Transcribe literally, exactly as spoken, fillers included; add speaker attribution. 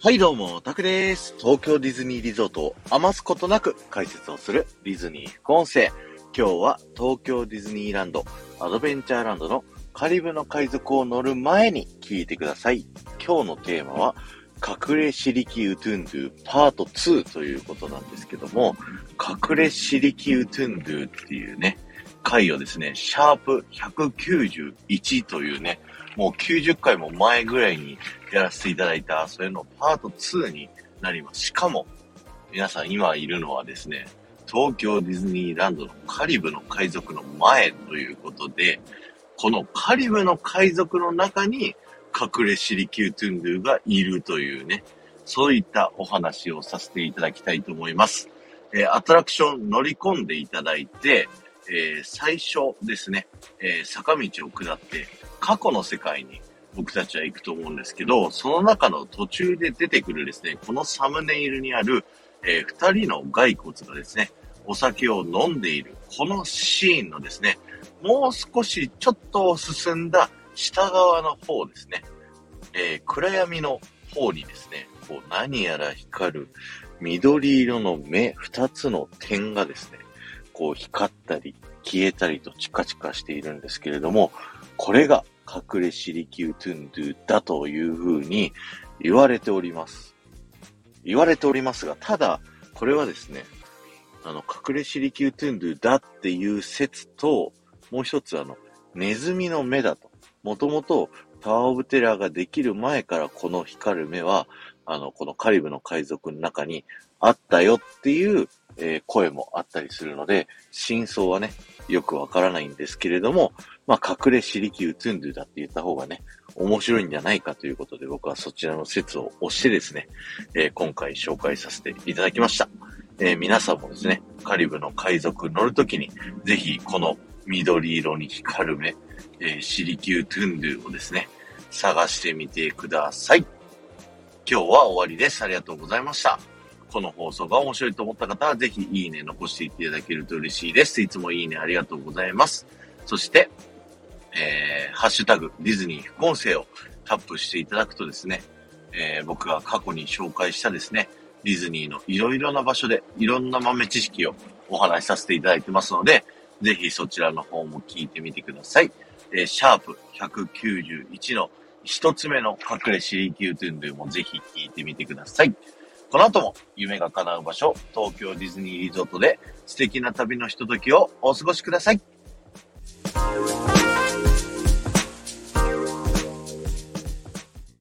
Speaker 1: はいどうも、タクです。東京ディズニーリゾートを余すことなく解説をするディズニー副音声。今日は東京ディズニーランド、アドベンチャーランドのカリブの海賊を乗る前に聞いてください。今日のテーマは、隠れシリキウトゥンドゥパートツーということなんですけども、隠れシリキウトゥンドゥっていうね、回をですね、シャープひゃくきゅうじゅういちというね、もうきゅうじゅっかいも前ぐらいにやらせていただいた、それのパートツーになります。しかも、皆さん今いるのはですね、東京ディズニーランドのカリブの海賊の前ということで、このカリブの海賊の中に隠れシリキュートゥンドゥがいるというね、そういったお話をさせていただきたいと思います。えー、アトラクション乗り込んでいただいて、えー、最初ですね、えー、坂道を下って過去の世界に僕たちは行くと思うんですけど、その中の途中で出てくるですね、このサムネイルにある、えー、二人の骸骨がですね、お酒を飲んでいる、このシーンのですね、もう少しちょっと進んだ下側の方ですね、えー、暗闇の方にですね、こう何やら光る緑色の目二つの点がですね、こう光ったり消えたりとチカチカしているんですけれども、これが隠れシリキュートゥンドゥだというふうに言われております。言われておりますが、ただ、これはですね、あの、隠れシリキュートゥンドゥだっていう説と、もう一つあの、ネズミの目だと。もともとタワーオブテラーができる前からこの光る目は、あの、このカリブの海賊の中にあったよっていう、えー、声もあったりするので、真相はね、よくわからないんですけれども、まあ、隠れシリキュートゥンドゥだって言った方がね、面白いんじゃないかということで、僕はそちらの説を推してですね、えー、今回紹介させていただきました。えー、皆さんもですね、カリブの海賊乗るときに、ぜひこの緑色に光る目、えー、シリキュートゥンドゥをですね、探してみてください。今日は終わりです。ありがとうございました。この放送が面白いと思った方は、ぜひいいね残していただけると嬉しいです。いつもいいねありがとうございます。そして、えー、ハッシュタグディズニー副音声をタップしていただくとですね、えー、僕が過去に紹介したですね、ディズニーのいろいろな場所でいろんな豆知識をお話しさせていただいてますので、ぜひそちらの方も聞いてみてください。えー、シャープひゃくきゅうじゅういちの一つ目の隠れシリキュートゥンドゥもぜひ聞いてみてください。この後も夢が叶う場所、東京ディズニーリゾートで素敵な旅のひとときをお過ごしください。